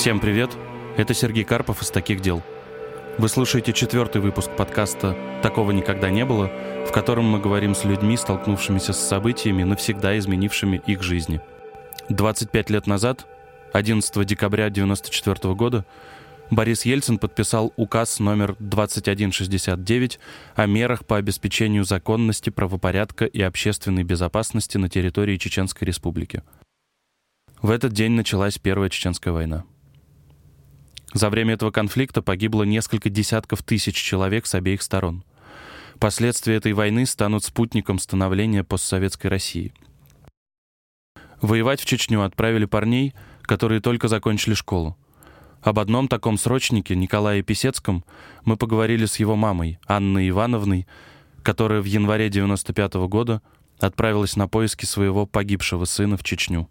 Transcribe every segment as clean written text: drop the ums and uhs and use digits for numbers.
Всем привет, это Сергей Карпов из «Таких дел». Вы слушаете 4-й выпуск подкаста «Такого никогда не было», в котором мы говорим с людьми, столкнувшимися с событиями, навсегда изменившими их жизни. 25 лет назад, 11 декабря 1994 года, Борис Ельцин подписал указ номер 2169 о мерах по обеспечению законности, правопорядка и общественной безопасности на территории Чеченской Республики. В этот день началась Первая Чеченская война. За время этого конфликта погибло несколько десятков тысяч человек с обеих сторон. Последствия этой войны станут спутником становления постсоветской России. Воевать в Чечню отправили парней, которые только закончили школу. Об одном таком срочнике, Николае Писецком, мы поговорили с его мамой, Анной Ивановной, которая в январе 1995 года отправилась на поиски своего погибшего сына в Чечню.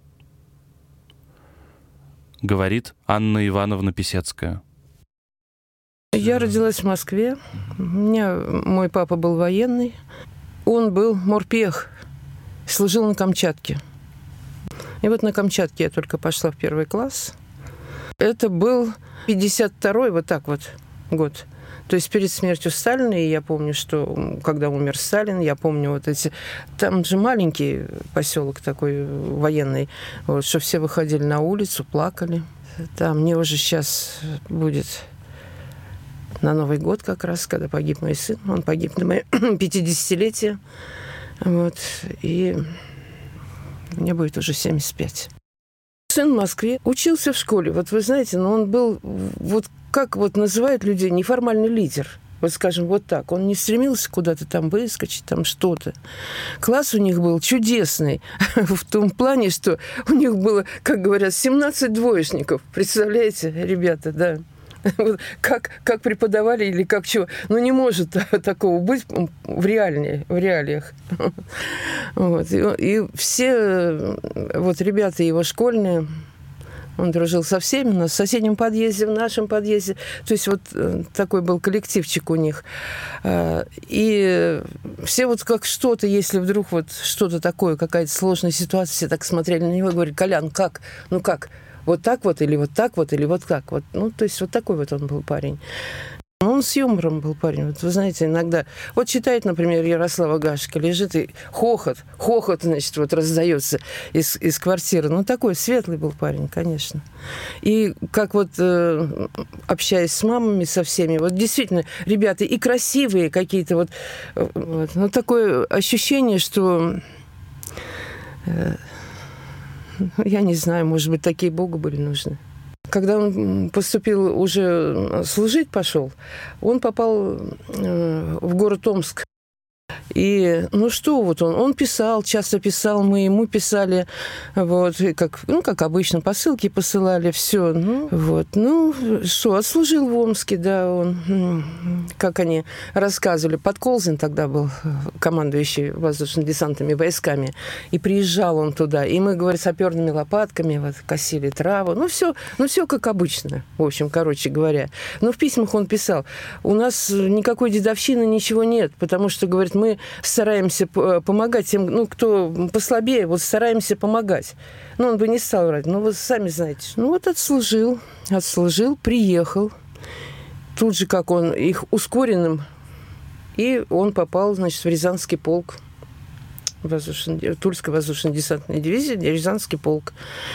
Говорит Анна Ивановна Писецкая. Я родилась в Москве. У меня мой папа был военный. Он был морпех, служил на Камчатке. И вот на Камчатке я только пошла в 1 класс. Это был 52-й, вот так вот, год. То есть перед смертью Сталина, и я помню, что когда умер Сталин, я помню вот эти... Там же маленький поселок такой военный, вот, что все выходили на улицу, плакали. Там мне уже сейчас будет на Новый год как раз, когда погиб мой сын. Он погиб на мое 50-летие. Вот, и мне будет уже 75. Сын в Москве учился в школе. Вот вы знаете, но он был, вот как вот называют людей, неформальный лидер. Вот скажем, вот так. Он не стремился куда-то там выскочить, там что-то. Класс у них был чудесный. В том плане, что у них было, как говорят, 17 двоечников. Представляете, ребята, да. Вот как преподавали или как чего. Ну, не может такого быть в реалиях. Вот. И все вот ребята его школьные, он дружил со всеми, у нас в соседнем подъезде, в нашем подъезде. То есть вот такой был коллективчик у них. И все вот как что-то, если вдруг вот что-то такое, какая-то сложная ситуация, все так смотрели на него и говорили: «Колян, как? Ну как? Вот так вот, или вот так вот, или вот как вот». Ну, то есть вот такой вот он был парень. Он с юмором был парень. Вот вы знаете, иногда... Вот читает, например, Ярослава Гашека, лежит и хохот, значит, вот раздается из квартиры. Ну, такой светлый был парень, конечно. И как вот, общаясь с мамами, со всеми, вот действительно, ребята и красивые какие-то вот. Ну, такое ощущение, что... Я не знаю, может быть, такие Богу были нужны. Когда он поступил, уже служить пошел, он попал в город Омск. И, ну что, вот он писал, часто писал, мы ему писали, вот, как обычно, посылки посылали, все, что, отслужил в Омске, да, он, как они рассказывали, Подколзин тогда был командующий воздушно-десантными войсками, и приезжал он туда, и мы, говорит, саперными лопатками вот косили траву, все как обычно, в общем, короче говоря. Но в письмах он писал: у нас никакой дедовщины, ничего нет, потому что, говорит, мы стараемся помогать тем, кто послабее, вот стараемся помогать. Он бы не стал врать, вы сами знаете. Вот отслужил, приехал. Тут же, как он их ускоренным, и он попал, значит, в Рязанский полк, Тульской воздушно-десантной дивизии, Рязанский полк.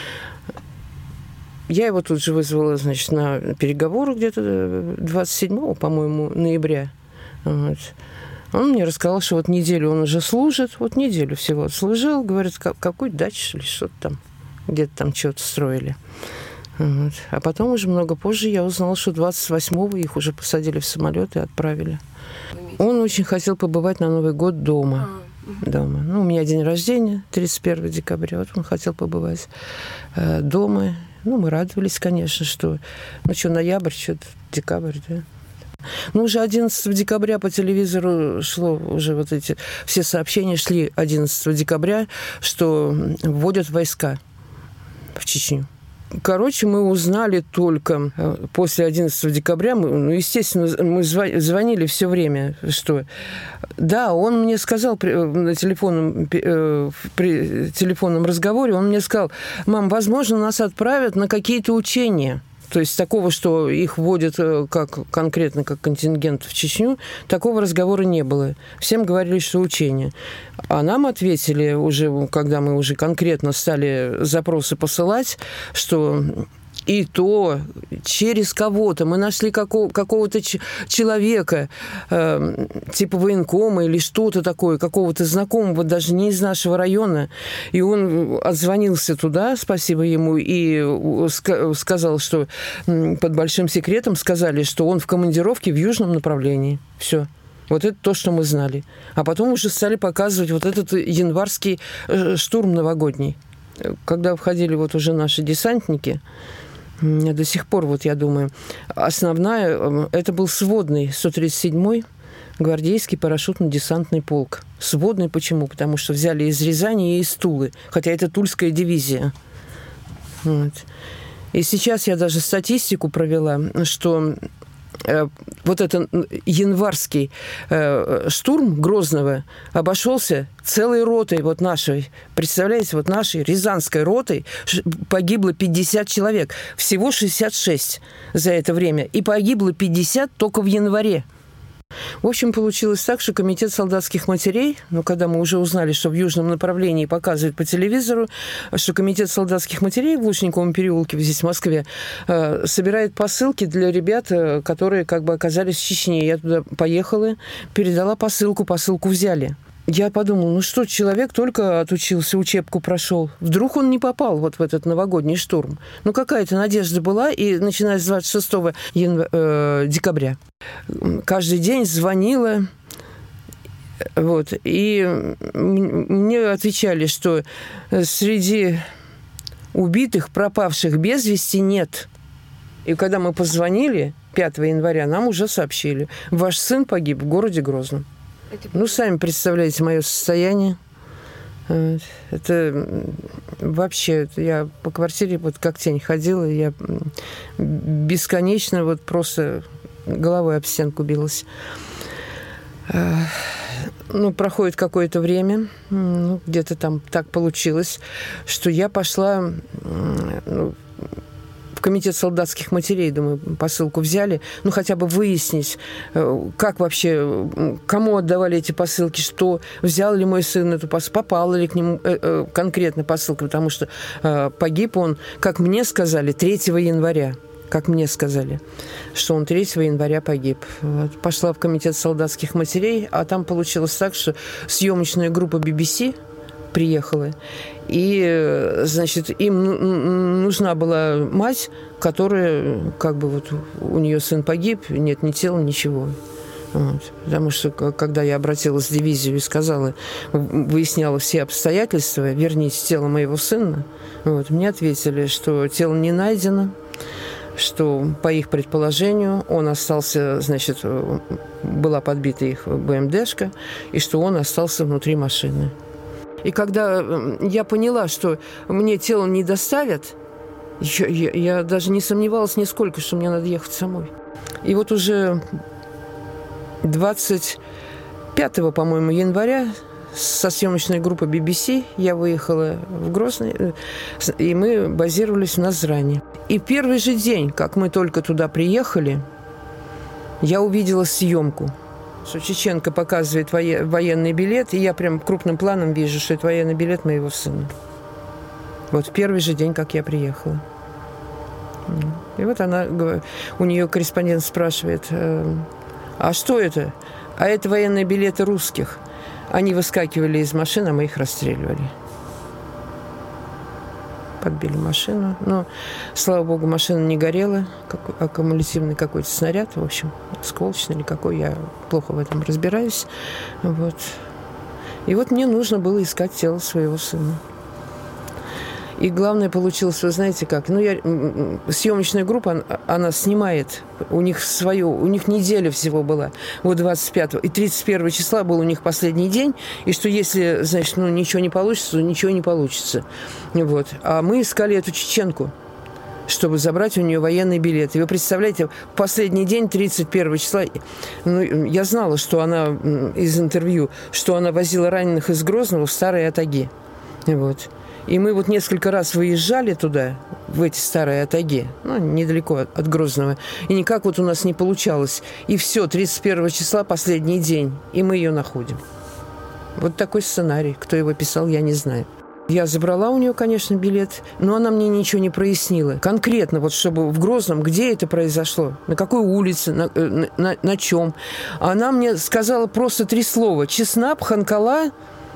Я его тут же вызвала, значит, на переговоры где-то 27, по-моему, ноября. Вот. Он мне рассказал, что вот неделю он уже служит, вот неделю всего отслужил, говорит, какую дачу или что-то там, где-то там что-то строили. Вот. А потом уже много позже я узнала, что 28-го их уже посадили в самолет и отправили. Он очень хотел побывать на Новый год дома. Дома. У меня день рождения, 31 декабря, вот он хотел побывать дома. Мы радовались, конечно, что... ноябрь, что-то декабрь, да. Уже 11 декабря по телевизору шло, уже вот эти все сообщения шли 11 декабря, что вводят войска в Чечню. Короче, мы узнали только после 11 декабря. Естественно, мы звонили все время, что... Да, он мне сказал при телефонном разговоре, он мне сказал: мам, возможно, нас отправят на какие-то учения. То есть такого, что их вводят конкретно как контингент в Чечню, такого разговора не было. Всем говорили, что учения. А нам ответили уже, когда мы уже конкретно стали запросы посылать, что и то через кого-то. Мы нашли какого-то человека, типа военкома или что-то такое, какого-то знакомого, даже не из нашего района. И он отзвонился туда, спасибо ему, и сказал, что под большим секретом сказали, что он в командировке в южном направлении. Все. Вот это то, что мы знали. А потом уже стали показывать вот этот январский штурм новогодний. Когда входили вот уже наши десантники, до сих пор, вот я думаю, основная, это был сводный 137-й гвардейский парашютно-десантный полк. Сводный почему? Потому что взяли из Рязани и из Тулы, хотя это Тульская дивизия. Вот. И сейчас я даже статистику провела, что вот этот январский штурм Грозного обошелся целой ротой вот нашей. Представляете, вот нашей Рязанской ротой погибло 50 человек. Всего 66 за это время. И погибло 50 только в январе. В общем, получилось так, что комитет солдатских матерей, когда мы уже узнали, что в южном направлении показывают по телевизору, что комитет солдатских матерей в Лучниковом переулке, здесь в Москве, собирает посылки для ребят, которые как бы оказались в Чечне. Я туда поехала, передала посылку взяли. Я подумала, ну что, человек только отучился, учебку прошел. Вдруг он не попал вот в этот новогодний штурм. Ну, какая-то надежда была, и начиная с 26 декабря каждый день звонила, вот, и мне отвечали, что среди убитых, пропавших без вести нет. И когда мы позвонили 5 января, нам уже сообщили: ваш сын погиб в городе Грозном. Ну, сами представляете мое состояние. Это вообще... Я по квартире вот как тень ходила, я бесконечно вот просто головой об стенку билась. Ну, проходит какое-то время, где-то там так получилось, что я пошла... Комитет солдатских матерей, думаю, посылку взяли, хотя бы выяснить, как вообще, кому отдавали эти посылки, что, взял ли мой сын эту посылку, попала ли к нему конкретно посылка, потому что погиб он, как мне сказали, 3 января. Как мне сказали, что он 3 января погиб. Вот. Пошла в комитет солдатских матерей, а там получилось так, что съемочная группа BBC приехала, и, значит, им нужна была мать, которая, как бы вот у нее сын погиб, нет ни тела, ничего. Вот. Потому что, когда я обратилась в дивизию и сказала, выясняла все обстоятельства, верните тело моего сына, вот, мне ответили, что тело не найдено, что, по их предположению, он остался, значит, была подбита их БМДшка, и что он остался внутри машины. И когда я поняла, что мне тело не доставят, я даже не сомневалась нисколько, что мне надо ехать самой. И вот уже 25, по-моему, января со съемочной группы BBC я выехала в Грозный, и мы базировались в Назрани. И первый же день, как мы только туда приехали, я увидела съемку, что Чеченко показывает военный билет, и я прям крупным планом вижу, что это военный билет моего сына. Вот в первый же день, как я приехала. И вот она, у нее корреспондент спрашивает, а что это? А это военные билеты русских. Они выскакивали из машины, а мы их расстреливали. Подбили машину. Но, слава богу, машина не горела. Аккумулятивный какой-то снаряд, в общем, осколочный или какой, я плохо в этом разбираюсь. Вот. И вот мне нужно было искать тело своего сына. И главное получилось, вы знаете как, съемочная группа, она снимает, у них неделя всего была, вот 25 и 31 числа был у них последний день, и что если, значит, ничего не получится, то ничего не получится. Вот. А мы искали эту чеченку. чтобы забрать у нее военный билет. И вы представляете, в последний день, 31 числа, я знала, что она из интервью, что она возила раненых из Грозного в Старые Атаги. Вот. И мы вот несколько раз выезжали туда, в эти Старые Атаги, недалеко от Грозного, и никак вот у нас не получалось. И все, 31 числа, последний день, и мы ее находим. Вот такой сценарий. Кто его писал, я не знаю. Я забрала у нее, конечно, билет, но она мне ничего не прояснила. Конкретно, вот чтобы в Грозном, где это произошло, на какой улице, на чем. Она мне сказала просто 3 слова. Чеснап, Ханкала,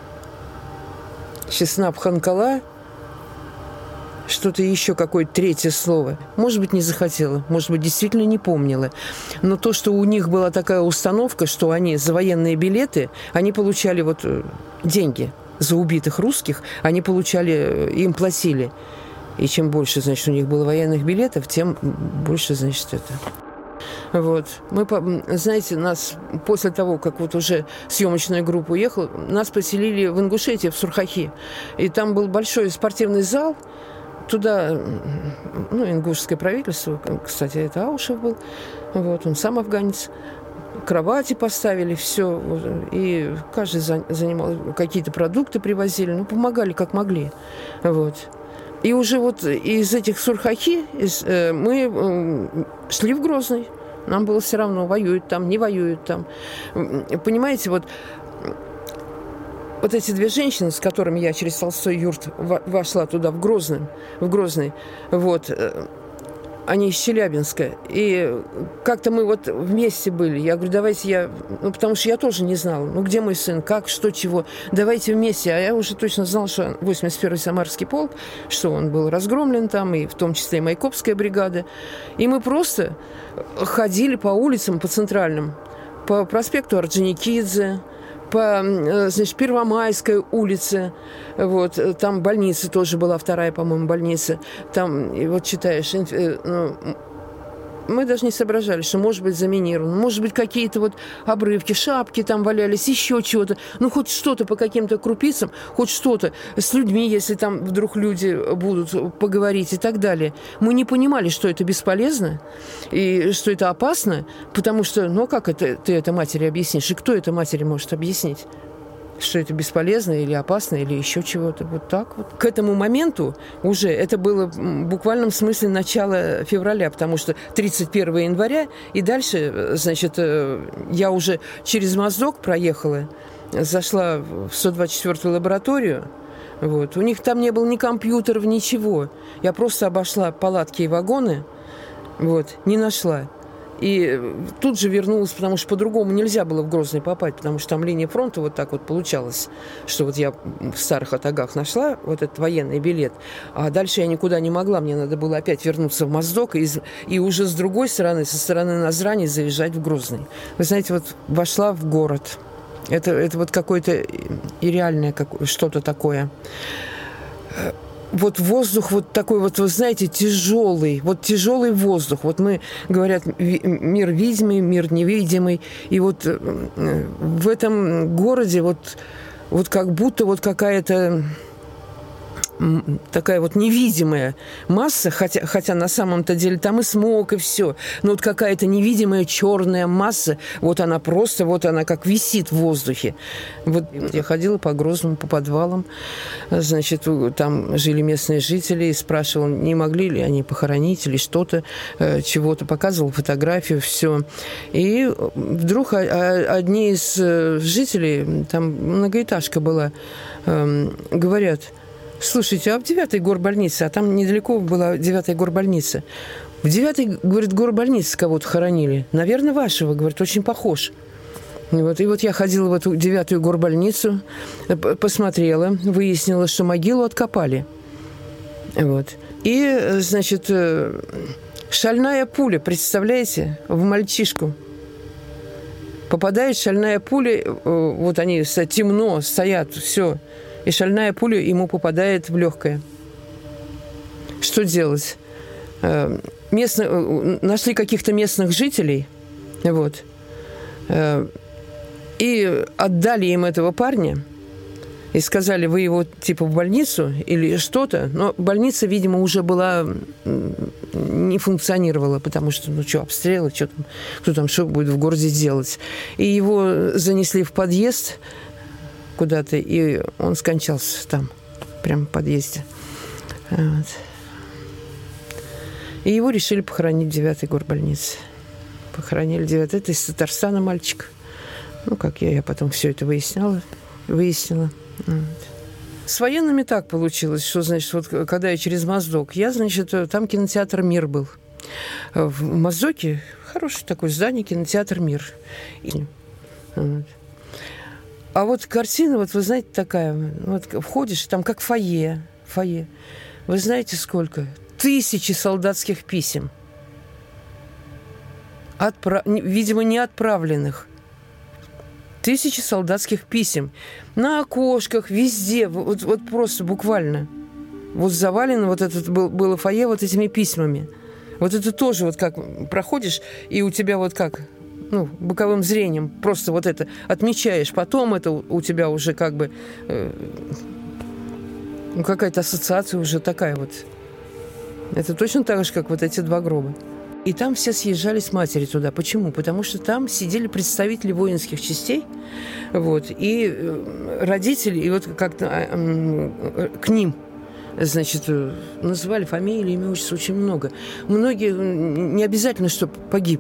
что-то еще, какое-то 3 слово. Может быть, не захотела, может быть, действительно не помнила. Но то, что у них была такая установка, что они за военные билеты, они получали вот деньги за убитых русских, они получали, им платили. И чем больше, значит, у них было военных билетов, тем больше, значит, это... Вот. Мы, знаете, нас после того, как вот уже съемочная группа уехала, нас поселили в Ингушетии, в Сурхахи. И там был большой спортивный зал. Туда, ингушское правительство, кстати, это Аушев был, вот, он сам афганец. Кровати поставили, все. И каждый занимал, какие-то продукты привозили, помогали как могли. Вот. И уже вот из этих Сурхахи мы шли в Грозный. Нам было все равно, воюют там, не воюют там. Понимаете, вот эти 2 женщины, с которыми я через Толстой юрт вошла туда, в Грозный, вот, они из Челябинска. И как-то мы вот вместе были. Я говорю, давайте потому что я тоже не знала, где мой сын, как, что, чего. Давайте вместе. А я уже точно знала, что 81-й Самарский полк, что он был разгромлен там, и в том числе и Майкопская бригада. И мы просто ходили по улицам, по центральным, по проспекту Орджоникидзе, по, значит, Первомайской улице, вот, там больница тоже была, 2-я, по-моему, больница, там, и вот читаешь, мы даже не соображали, что может быть заминировано, может быть какие-то вот обрывки, шапки там валялись, еще чего-то, хоть что-то по каким-то крупицам, хоть что-то с людьми, если там вдруг люди будут поговорить и так далее. Мы не понимали, что это бесполезно и что это опасно, потому что, как это ты это матери объяснишь, и кто это матери может объяснить? Что это бесполезно или опасно, или еще чего-то. Вот так вот. К этому моменту уже это было в буквальном смысле начало февраля, потому что 31 января, и дальше, значит, я уже через Моздок проехала, зашла в 124-ю лабораторию. Вот. У них там не было ни компьютеров, ничего. Я просто обошла палатки и вагоны, вот, не нашла. И тут же вернулась, потому что по-другому нельзя было в Грозный попасть, потому что там линия фронта вот так вот получалась, что вот я в Старых Атагах нашла вот этот военный билет, а дальше я никуда не могла, мне надо было опять вернуться в Моздок и уже с другой стороны, со стороны Назрани заезжать в Грозный. Вы знаете, вот вошла в город. Это вот какое-то и реальное что-то такое. Вот воздух вот такой вот, вы знаете, тяжелый воздух. Вот мы, говорят, мир видимый, мир невидимый. И вот в этом городе вот как будто вот какая-то такая вот невидимая масса, хотя на самом-то деле там и смог, и все. Но вот какая-то невидимая черная масса, вот она просто, вот она как висит в воздухе. Вот я ходила по Грозному, по подвалам, значит, там жили местные жители, и спрашивала, не могли ли они похоронить или что-то, чего-то, показывала фотографию, все. И вдруг одни из жителей, там многоэтажка была, говорят: слушайте, а в 9-й горбольнице, а там недалеко была 9-я горбольница. В 9-й, говорит, горбольнице кого-то хоронили. Наверное, вашего, говорит, очень похож. И вот я ходила в эту 9-ю горбольницу, посмотрела, выяснила, что могилу откопали. Вот. И, значит, шальная пуля, представляете, в мальчишку. Попадает шальная пуля, вот они темно стоят, все. И шальная пуля ему попадает в легкое. Что делать? Нашли каких-то местных жителей, вот, и отдали им этого парня, и сказали, вы его типа в больницу или что-то. Но больница, видимо, уже была не функционировало, потому что, обстрелы, кто там что будет в городе делать. И его занесли в подъезд куда-то, и он скончался там, прямо в подъезде. Вот. И его решили похоронить в 9-й горбольнице. Похоронили 9-й. Это из Татарстана мальчик. Как я потом все это выяснила. Вот. С военными так получилось, что, значит, когда я через Моздок, там кинотеатр «Мир» был. В Моздоке хорошее такое здание, кинотеатр «Мир». Вот. А картина, вы знаете, такая, входишь, там как фойе. Вы знаете, сколько? 1000 солдатских писем. Видимо, не отправленных. 1000 солдатских писем. На окошках, везде. Просто буквально. Завалено это было фойе этими письмами. Это тоже как проходишь, и у тебя боковым зрением просто это отмечаешь. Потом это у тебя уже какая-то ассоциация уже такая . Это точно так же, как эти 2 гроба. И там все съезжались матери туда. Почему? Потому что там сидели представители воинских частей, и родители, и как-то к ним, значит, называли фамилии, имя, отчество, очень много. Многие, не обязательно, что погиб,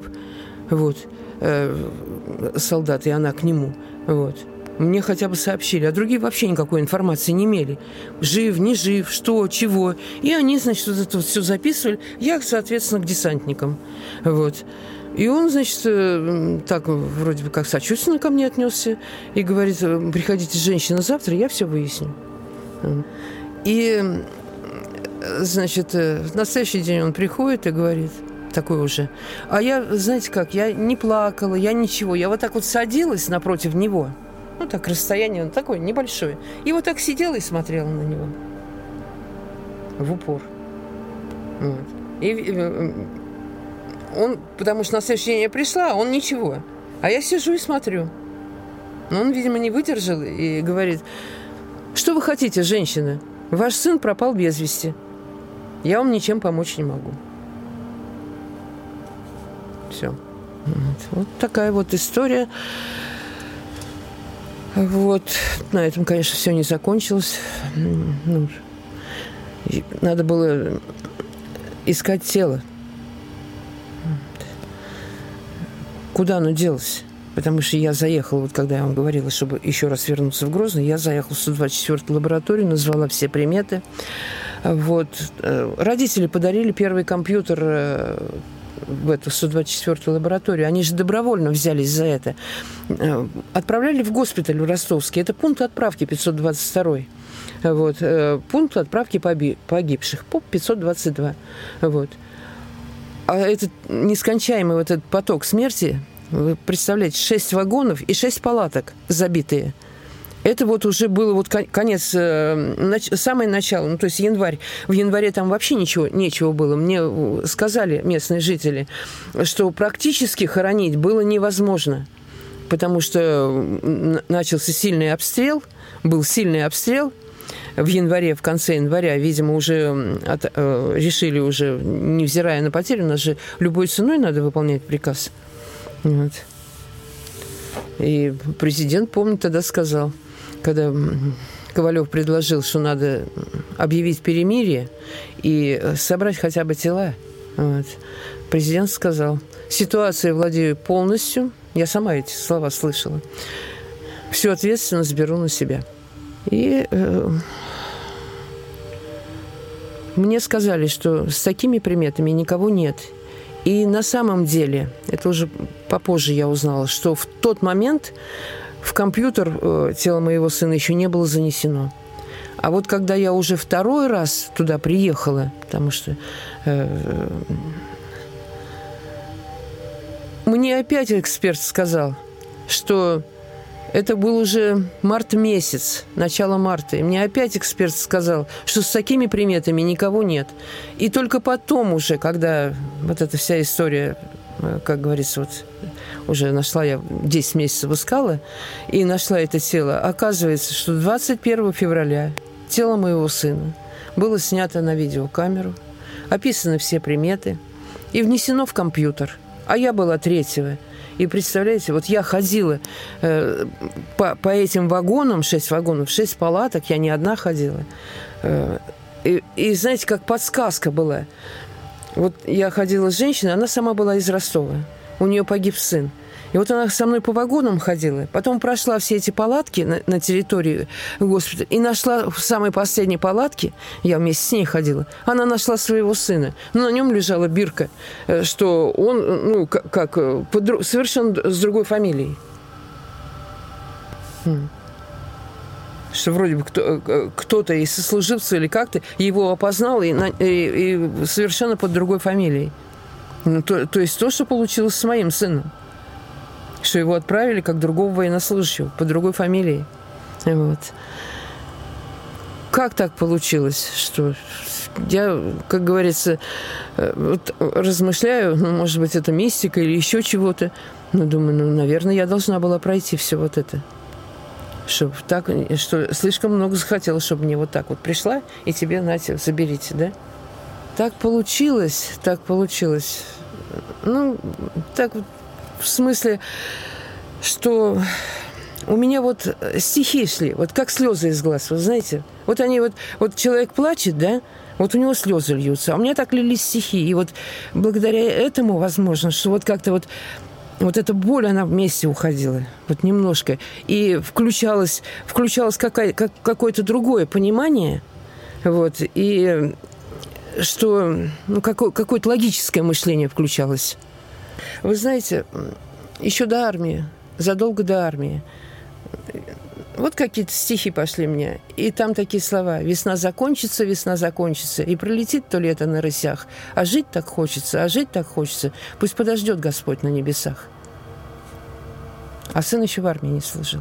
солдат, и она к нему, Мне хотя бы сообщили, а другие вообще никакой информации не имели. Жив, не жив, что, чего. И они, значит, это все записывали. Я, соответственно, к десантникам. И он, значит, так вроде бы как сочувственно ко мне отнесся и говорит: приходите, женщина, завтра, я все выясню. И, значит, на следующий день он приходит и говорит, такой уже. А я, знаете как, я не плакала, я ничего. Я так садилась напротив него. Так расстояние такое небольшое. И так сидела и смотрела на него. В упор. И он, потому что на следующий день я пришла, а он ничего. А я сижу и смотрю. Но он, видимо, не выдержал и говорит: что вы хотите, женщина? Ваш сын пропал без вести. Я вам ничем помочь не могу. Все. Вот такая история. На этом, конечно, все не закончилось. Надо было искать тело. Куда оно делось? Потому что я заехала, когда я вам говорила, чтобы еще раз вернуться в Грозный, я заехала в 124-ю лабораторию, назвала все приметы. Родители подарили первый компьютер в эту 124-ю лабораторию. Они же добровольно взялись за это. Отправляли в госпиталь в Ростовский. Это пункт отправки 522-й. Пункт отправки погибших. ПОП 522. А этот нескончаемый этот поток смерти, вы представляете, 6 вагонов и 6 палаток забитые. Это уже было конец, самое начало, то есть январь. В январе там вообще нечего было. Мне сказали местные жители, что практически хоронить было невозможно, потому что начался сильный обстрел, был сильный обстрел. В январе, в конце января, видимо, уже решили уже, невзирая на потери, у нас же любой ценой надо выполнять приказ. И президент, помню, тогда сказал, когда Ковалев предложил, что надо объявить перемирие и собрать хотя бы тела, президент сказал: ситуацией владею полностью, я сама эти слова слышала, всю ответственность беру на себя. И мне сказали, что с такими приметами никого нет. И на самом деле, это уже попозже я узнала, что в тот момент в компьютер тело моего сына еще не было занесено. А когда я уже второй раз туда приехала, потому что мне опять эксперт сказал, что это был уже март месяц, начало марта. И мне опять эксперт сказал, что с такими приметами никого нет. И только потом уже, когда эта вся история, как говорится, уже нашла, я 10 месяцев искала, и нашла это тело. Оказывается, что 21 февраля тело моего сына было снято на видеокамеру. описаны все приметы и внесено в компьютер. А я была 3-го. И представляете, вот я ходила по этим вагонам, 6 вагонов, 6 палаток, я не одна ходила. И знаете, как подсказка была. Вот я ходила с женщиной, она сама была из Ростова. У нее погиб сын. И вот она со мной по вагонам ходила, потом прошла все эти палатки на территории госпиталя и нашла в самой последней палатке, я вместе с ней ходила, она нашла своего сына. Но на нем лежала бирка, что он, совершенно с другой фамилией. Что вроде бы кто-то из сослуживцев или как-то его опознал и совершенно под другой фамилией. То есть то, что получилось с моим сыном. Что его отправили как другого военнослужащего, по другой фамилии. Вот. Как так получилось, что я, как говорится, вот размышляю, может быть, это мистика или еще чего-то, но думаю, наверное, я должна была пройти все вот это. Что слишком много захотела, чтобы мне вот так вот пришла, и тебе, нате, заберите, да? Так получилось. Ну, так вот. В смысле, что у меня вот стихи шли, вот как слезы из глаз, вы знаете. Вот они вот человек плачет, да, вот у него слезы льются, а у меня так лились стихи. И вот благодаря этому, возможно, что вот как-то вот эта боль, она вместе уходила, вот немножко. И включалось какое-то другое понимание, вот, и что, какое-то логическое мышление включалось. Вы знаете, еще до армии, задолго до армии, вот какие-то стихи пошли мне, и там такие слова: весна закончится, и пролетит то лето на рысях, а жить так хочется, пусть подождет Господь на небесах. А сын еще в армии не служил.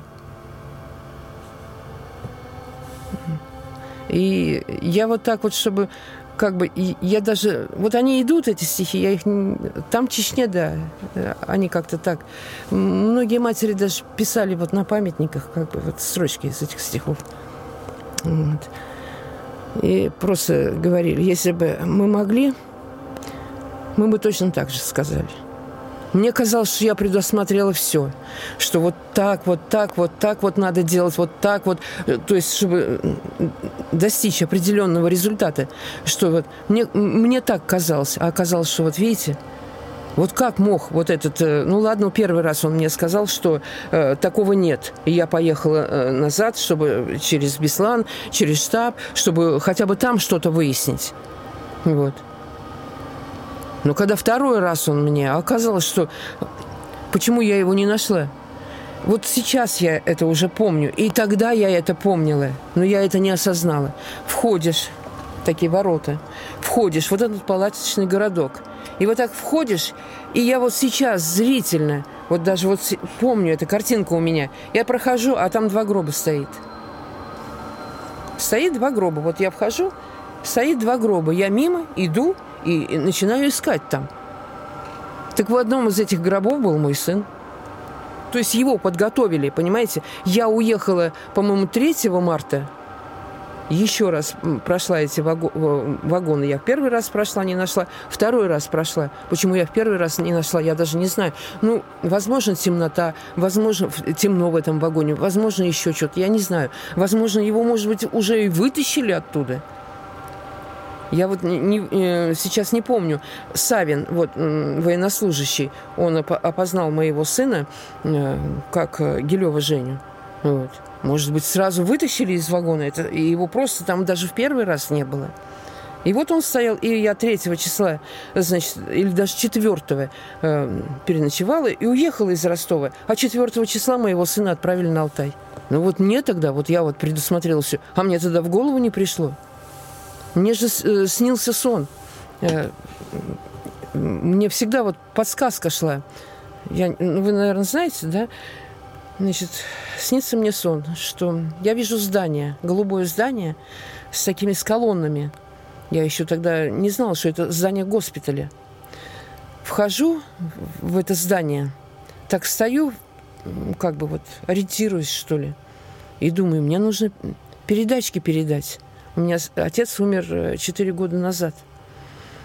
И я вот так вот, чтобы... Как бы, я даже... Вот они идут, эти стихи, я их... Там Чечня, да, они как-то так... Многие матери даже писали вот на памятниках, как бы, вот строчки из этих стихов. Вот. И просто говорили, если бы мы могли, мы бы точно так же сказали. Мне казалось, что я предусмотрела все, что вот так вот надо делать, вот так вот, то есть, чтобы достичь определенного результата, что вот мне так казалось, а оказалось, что вот видите, вот как мог вот этот, ну ладно, первый раз он мне сказал, что такого нет, и я поехала назад, чтобы через Беслан, через штаб, чтобы хотя бы там что-то выяснить, вот. Но когда второй раз он мне, оказалось, что... Почему я его не нашла? Вот сейчас я это уже помню. И тогда я это помнила. Но я это не осознала. Входишь, такие ворота, входишь в вот этот палаточный городок. И вот так входишь, и я вот сейчас зрительно, вот даже вот помню, эта картинка у меня. Я прохожу, а там 2 гроба стоит. Стоит 2 гроба. Вот я вхожу, стоит 2 гроба. Я мимо иду, и начинаю искать там. Так в одном из этих гробов был мой сын. То есть его подготовили, понимаете? Я уехала, по-моему, 3 марта. Еще раз прошла эти вагоны. Я в первый раз прошла, не нашла. Второй раз прошла. Почему я в первый раз не нашла, я даже не знаю. Ну, возможно, темнота. Возможно, темно в этом вагоне. Возможно, еще что-то. Я не знаю. Возможно, его, может быть, уже и вытащили оттуда. Я вот сейчас не помню. Савин, вот, военнослужащий, он опознал моего сына как Гилева Женю. Вот. Может быть, сразу вытащили из вагона, и его просто там даже в первый раз не было. И вот он стоял, и я 3 числа, значит, или даже 4 переночевала и уехала из Ростова. А 4 числа моего сына отправили на Алтай. Ну вот мне тогда, вот я вот предусмотрела все, а мне тогда в голову не пришло. Мне же снился сон. Мне всегда вот подсказка шла. Вы, наверное, знаете, да? Значит, снится мне сон, что я вижу здание, голубое здание с такими колоннами. Я еще тогда не знала, что это здание госпиталя. Вхожу в это здание, так стою, как бы вот ориентируюсь, что ли, и думаю, мне нужно передачки передать. У меня отец умер 4 года назад.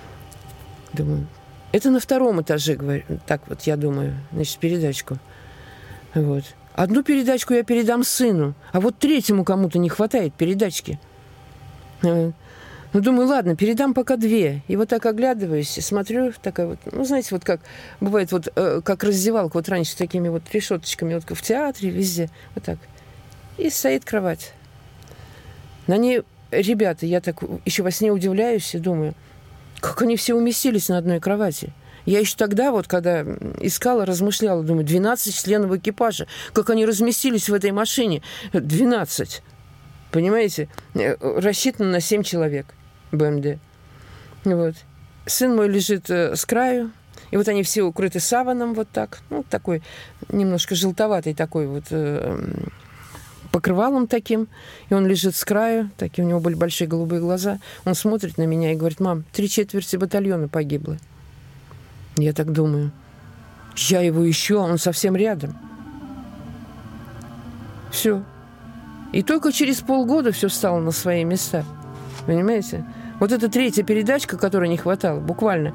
Думаю, это на 2 этаже, говорю, так вот я думаю, значит, передачку. Вот. Одну передачку я передам сыну, а вот 3-му кому-то не хватает передачки. Ну, думаю, ладно, передам пока 2. И вот так оглядываюсь, смотрю, такая вот, ну, знаете, вот как бывает, вот как раздевалка, вот раньше с такими вот решеточками, вот в театре, везде, вот так. И стоит кровать. На ней ребята, я так еще во сне удивляюсь и думаю, как они все уместились на одной кровати. Я еще тогда, вот когда искала, размышляла, думаю, 12 членов экипажа, как они разместились в этой машине. 12. Понимаете? Рассчитано на 7 человек БМД. Вот. Сын мой лежит с краю, и вот они все укрыты саваном вот так, ну, такой немножко желтоватый такой вот покрывалом таким, и он лежит с краю, такие у него были большие голубые глаза. Он смотрит на меня и говорит, мам, 3/4 батальона погибло. Я так думаю, я его ищу, а он совсем рядом. Все. И только через полгода все стало на свои места. Понимаете? Вот эта 3-я передачка, которой не хватало, буквально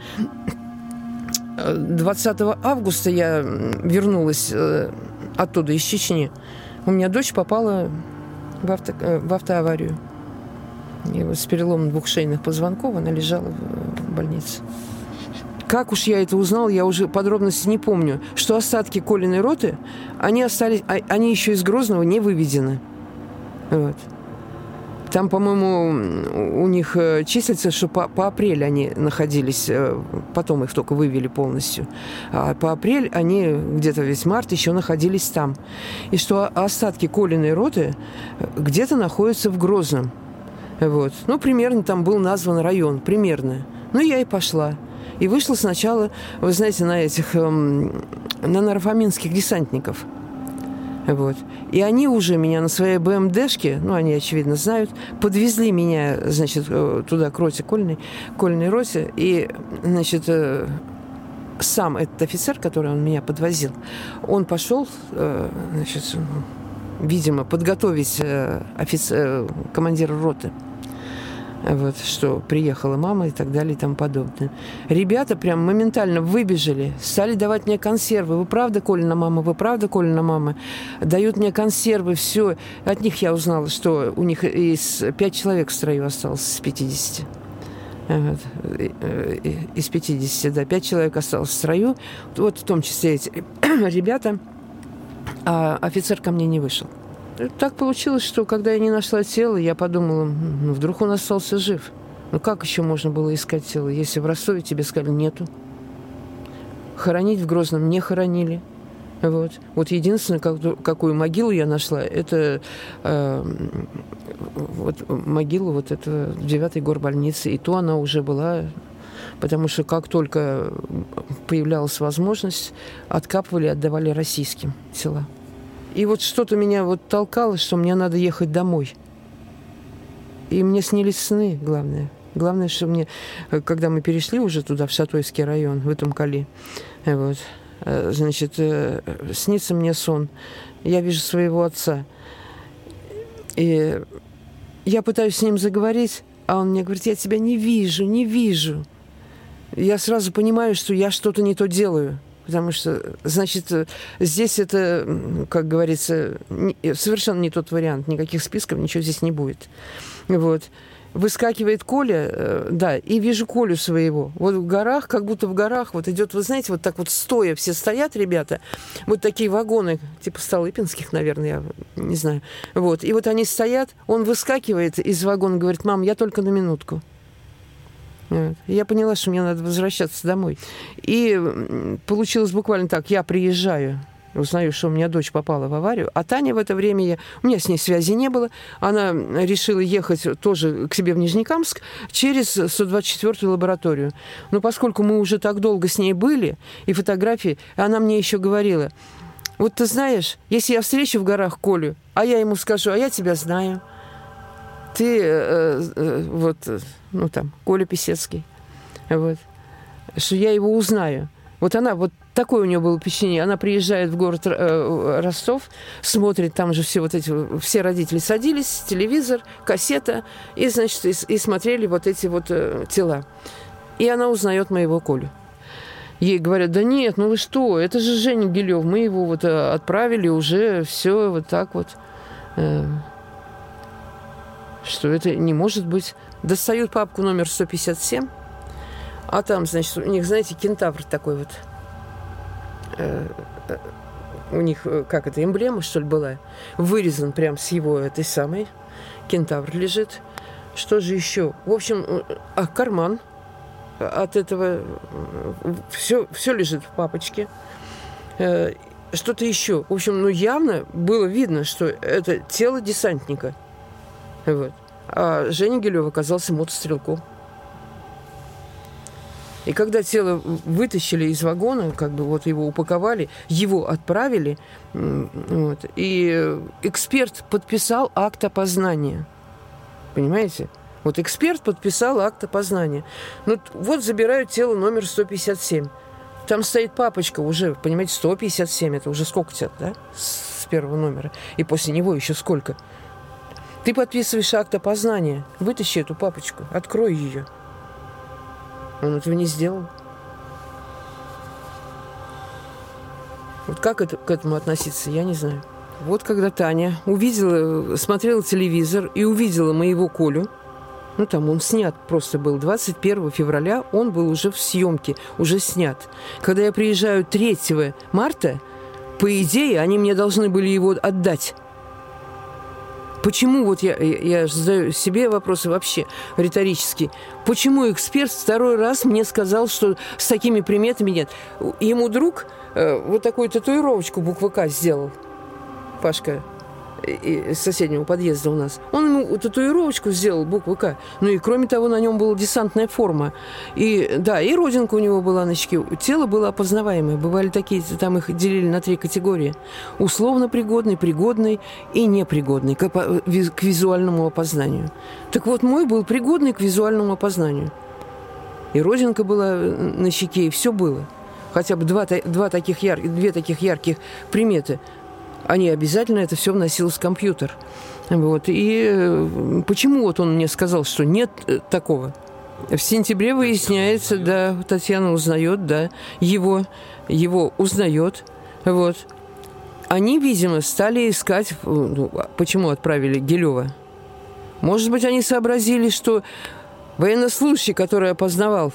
20 августа я вернулась оттуда, из Чечни. У меня дочь попала в автоаварию. И вот с переломом 2 шейных позвонков она лежала в больнице. Как уж я это узнал, я уже подробности не помню, что остатки Колиной роты, они остались, они еще из Грозного не выведены. Вот. Там, по-моему, у них числится, что по апрель они находились, потом их только вывели полностью. А по апрель они где-то весь март еще находились там. И что остатки Колиной роты где-то находятся в Грозном. Вот. Ну, примерно там был назван район, примерно. Ну, я и пошла. И вышла сначала, вы знаете, на этих, на нарфаминских десантников. Вот. И они уже меня на своей БМДшке, ну, они, очевидно, знают, подвезли меня, значит, туда, к роте, Кольной роте. И, значит, сам этот офицер, который он меня подвозил, он пошел, значит, видимо, подготовить командира роты. Вот, что приехала мама и так далее и тому подобное. Ребята прям моментально выбежали, стали давать мне консервы. Вы правда, Колина мама? Вы правда, Колина мама? Дают мне консервы, все. От них я узнала, что у них 5 человек в строю осталось из 50. Вот. Из 50, да, 5 человек осталось в строю. Вот в том числе эти ребята. А офицер ко мне не вышел. Так получилось, что когда я не нашла тело, я подумала, ну, вдруг он остался жив. Ну, как еще можно было искать тело, если в Ростове тебе сказали нету? Хоронить в Грозном не хоронили. Вот. Вот единственное, какую могилу я нашла, это вот могилу вот этого 9-й горбольницы. И то она уже была, потому что как только появлялась возможность, откапывали, отдавали российским тела. И вот что-то меня вот толкало, что мне надо ехать домой. И мне снились сны, главное. Главное, что мне, когда мы перешли уже туда, в Шатойский район, в Итумкали, вот, значит, снится мне сон. Я вижу своего отца. И я пытаюсь с ним заговорить, а он мне говорит, я тебя не вижу, не вижу. Я сразу понимаю, что я что-то не то делаю. Потому что, значит, здесь это, как говорится, совершенно не тот вариант. Никаких списков, ничего здесь не будет. Вот. Выскакивает Коля, да, и вижу Колю своего. Вот в горах, как будто в горах, вот идет, вы знаете, вот так вот стоя, все стоят, ребята, вот такие вагоны, типа столыпинских, наверное, я не знаю. Вот. И вот они стоят, он выскакивает из вагона, говорит, мам, я только на минутку. Я поняла, что мне надо возвращаться домой. И получилось буквально так. Я приезжаю, узнаю, что у меня дочь попала в аварию, а Таня в это время, у меня с ней связи не было, она решила ехать тоже к себе в Нижнекамск через 124-ю лабораторию. Но поскольку мы уже так долго с ней были, и фотографии, она мне еще говорила, вот ты знаешь, если я встречу в горах Колю, а я ему скажу, а я тебя знаю, ты вот, ну там, Коля Писецкий, вот, что я его узнаю. Вот она, вот такое у нее было впечатление. Она приезжает в город Ростов, смотрит, там же все вот эти, все родители садились, телевизор, кассета, и, значит, и смотрели вот эти вот тела. И она узнает моего Колю. Ей говорят: да нет, ну вы что, это же Женя Гилев, мы его вот отправили уже, все вот так вот. Что это не может быть. Достают папку номер 157, а там, значит, у них, знаете, кентавр такой вот. У них, как это, эмблема, что ли, была? Вырезан прям с его этой самой. Кентавр лежит. Что же еще? В общем, карман от этого. Все лежит в папочке. Что-то еще. В общем, явно было видно, что это тело десантника. Вот. А Женя Гилев оказался мотострелком. И когда тело вытащили из вагона, как бы вот его упаковали, его отправили, вот, и эксперт подписал акт опознания. Понимаете? Вот эксперт подписал акт опознания. Ну, вот забирают тело номер 157. Там стоит папочка уже, понимаете, 157. Это уже сколько-то, да? С первого номера. И после него еще сколько. Ты подписываешь акт опознания. Вытащи эту папочку, открой ее. Он этого не сделал. Вот как к этому относиться, я не знаю. Вот когда Таня смотрела телевизор и увидела моего Колю, ну там он снят просто был, 21 февраля он был уже в съемке, уже снят. Когда я приезжаю 3 марта, по идее, они мне должны были его отдать. Почему, вот я задаю себе вопросы вообще риторические, почему эксперт второй раз мне сказал, что с такими приметами нет? Ему друг вот такую татуировочку буквы «К» сделал, Пашка из соседнего подъезда у нас. Он ему татуировочку сделал, буквы «К». Ну и кроме того, на нем была десантная форма. И да, и родинка у него была на щеке. Тело было опознаваемое. Бывали такие, там их делили на 3 категории. Условно пригодный, пригодный и непригодный к визуальному опознанию. Так вот, мой был пригодный к визуальному опознанию. И родинка была на щеке, и все было. Хотя бы две таких ярких приметы. Они обязательно это все вносилось в компьютер. Вот. И почему вот он мне сказал, что нет такого? В сентябре выясняется, да, Татьяна узнает, да, его узнает. Вот. Они, видимо, стали искать, почему отправили Гилева. Может быть, они сообразили, что военнослужащий, который опознавал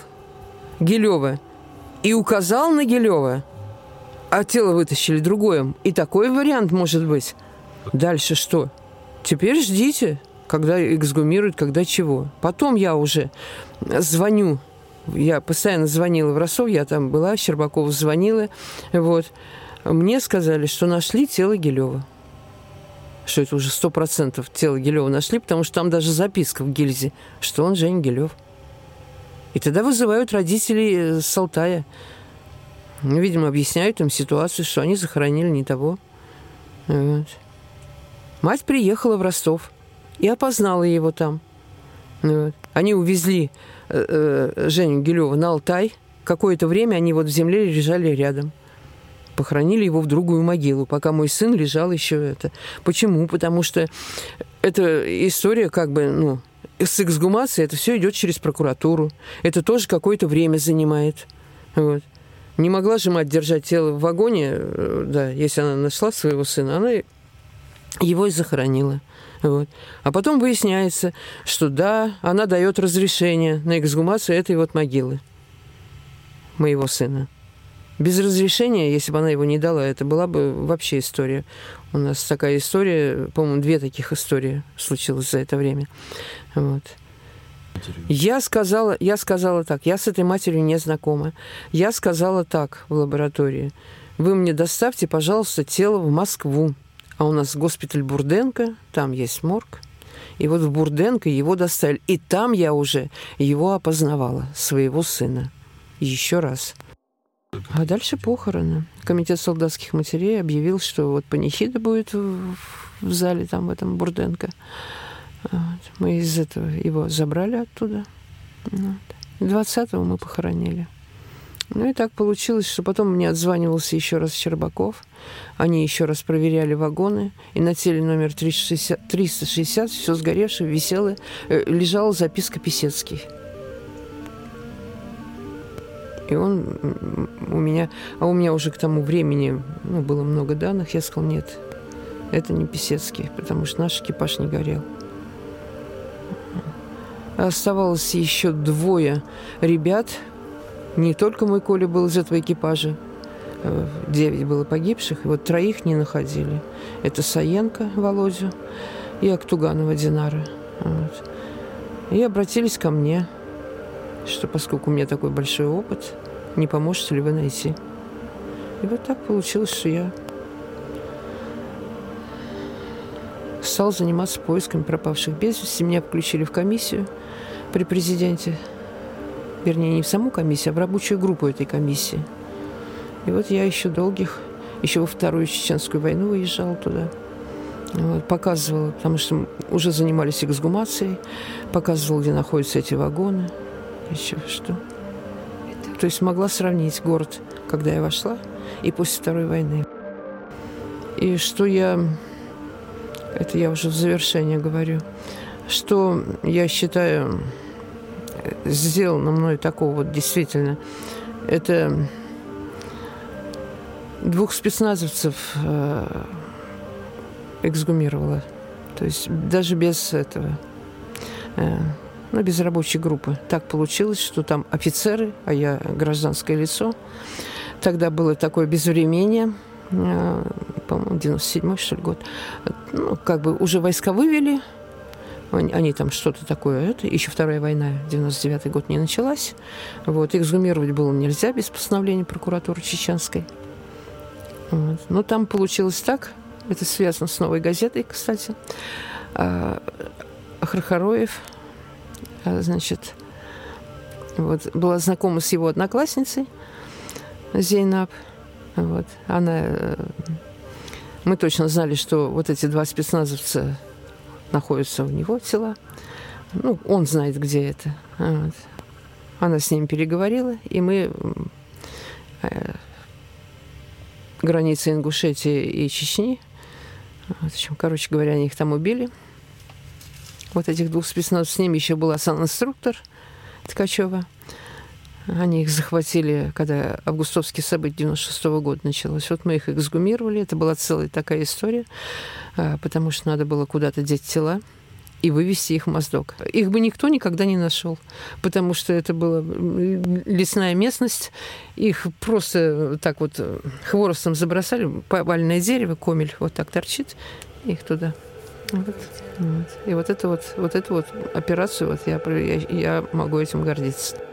Гилева и указал на Гилева, а тело вытащили другое. И такой вариант может быть. Дальше что? Теперь ждите, когда эксгумируют, когда чего. Потом я уже звоню. Я постоянно звонила в Ростов. Я там была, Щербакова звонила. Вот. Мне сказали, что нашли тело Гилева. Что это уже 100% тело Гилева нашли, потому что там даже записка в гильзе, что он Женя Гилев. И тогда вызывают родителей с Алтая. Видимо, объясняют им ситуацию, что они захоронили не того. Вот. Мать приехала в Ростов и опознала его там. Вот. Они увезли Женю Гилева на Алтай. Какое-то время они вот в земле лежали рядом. Похоронили его в другую могилу, пока мой сын лежал еще это. Почему? Потому что эта история как бы, с эксгумацией, это все идет через прокуратуру. Это тоже какое-то время занимает. Вот. Не могла же мать держать тело в вагоне, да, если она нашла своего сына, она его и захоронила. Вот. А потом выясняется, что да, она дает разрешение на эксгумацию этой вот могилы моего сына. Без разрешения, если бы она его не дала, это была бы вообще история. У нас такая история, по-моему, 2 таких истории случилось за это время. Вот. Я сказала так, я с этой матерью не знакома. Я сказала так в лаборатории: вы мне доставьте, пожалуйста, тело в Москву. А у нас госпиталь Бурденко, там есть морг. И вот в Бурденко его доставили. И там я уже его опознавала, своего сына. Еще раз. А дальше похороны. Комитет солдатских матерей объявил, что вот панихида будет в зале там в этом Бурденко. Вот. Мы из этого его забрали оттуда. Вот. 20-го мы похоронили. Ну и так получилось, что потом мне отзванивался еще раз Щербаков. Они еще раз проверяли вагоны. И на теле номер 360 все сгоревшее, висело, лежала записка Писецкий. И он у меня уже к тому времени было много данных. Я сказала, нет, это не Писецкий, потому что наш экипаж не горел. Оставалось еще 2 ребят. Не только мой Коля был из этого экипажа. 9 было погибших, и вот 3 не находили. Это Саенко Володю и Актуганова Динара. Вот. И обратились ко мне, что поскольку у меня такой большой опыт, не поможете ли вы найти. И вот так получилось, что я стал заниматься поисками пропавших без вести. Меня включили в комиссию при президенте. Вернее, не в саму комиссию, а в рабочую группу этой комиссии. И вот я еще во Вторую Чеченскую войну выезжала туда. Вот, показывала, потому что уже занимались эксгумацией, показывала, где находятся эти вагоны, еще что. То есть могла сравнить город, когда я вошла, и после Второй войны. И что это я уже в завершение говорю, что я считаю сделано мной такого вот действительно, это 2 спецназовцев эксгумировала. То есть даже без этого, без рабочей группы. Так получилось, что там офицеры, а я гражданское лицо. Тогда было такое безвременье, по-моему, 97-й, что ли, год. Уже войска вывели, они там что-то такое, еще Вторая война, 99-й год, не началась. Вот, эксгумировать было нельзя без постановления прокуратуры чеченской. Вот. Но там получилось так, это связано с «Новой газетой», кстати. Хархароев, была знакома с его одноклассницей Зейнаб. Вот. Мы точно знали, что вот эти 2 спецназовца находятся у него тела. Он знает, где это. Вот. Она с ним переговорила, и мы границы Ингушетии и Чечни. В общем, короче говоря, они их там убили. Вот этих 2 спецназовцев. С ними еще был санинструктор Ткачева. Они их захватили, когда августовские события 96-го года началось. Вот мы их эксгумировали. Это была целая такая история, потому что надо было куда-то деть тела и вывести их в Моздок. Их бы никто никогда не нашел, потому что это была лесная местность. Их просто так вот хворостом забросали, поваленное дерево, комель вот так торчит, их туда. Вот. И вот эту операцию я могу этим гордиться.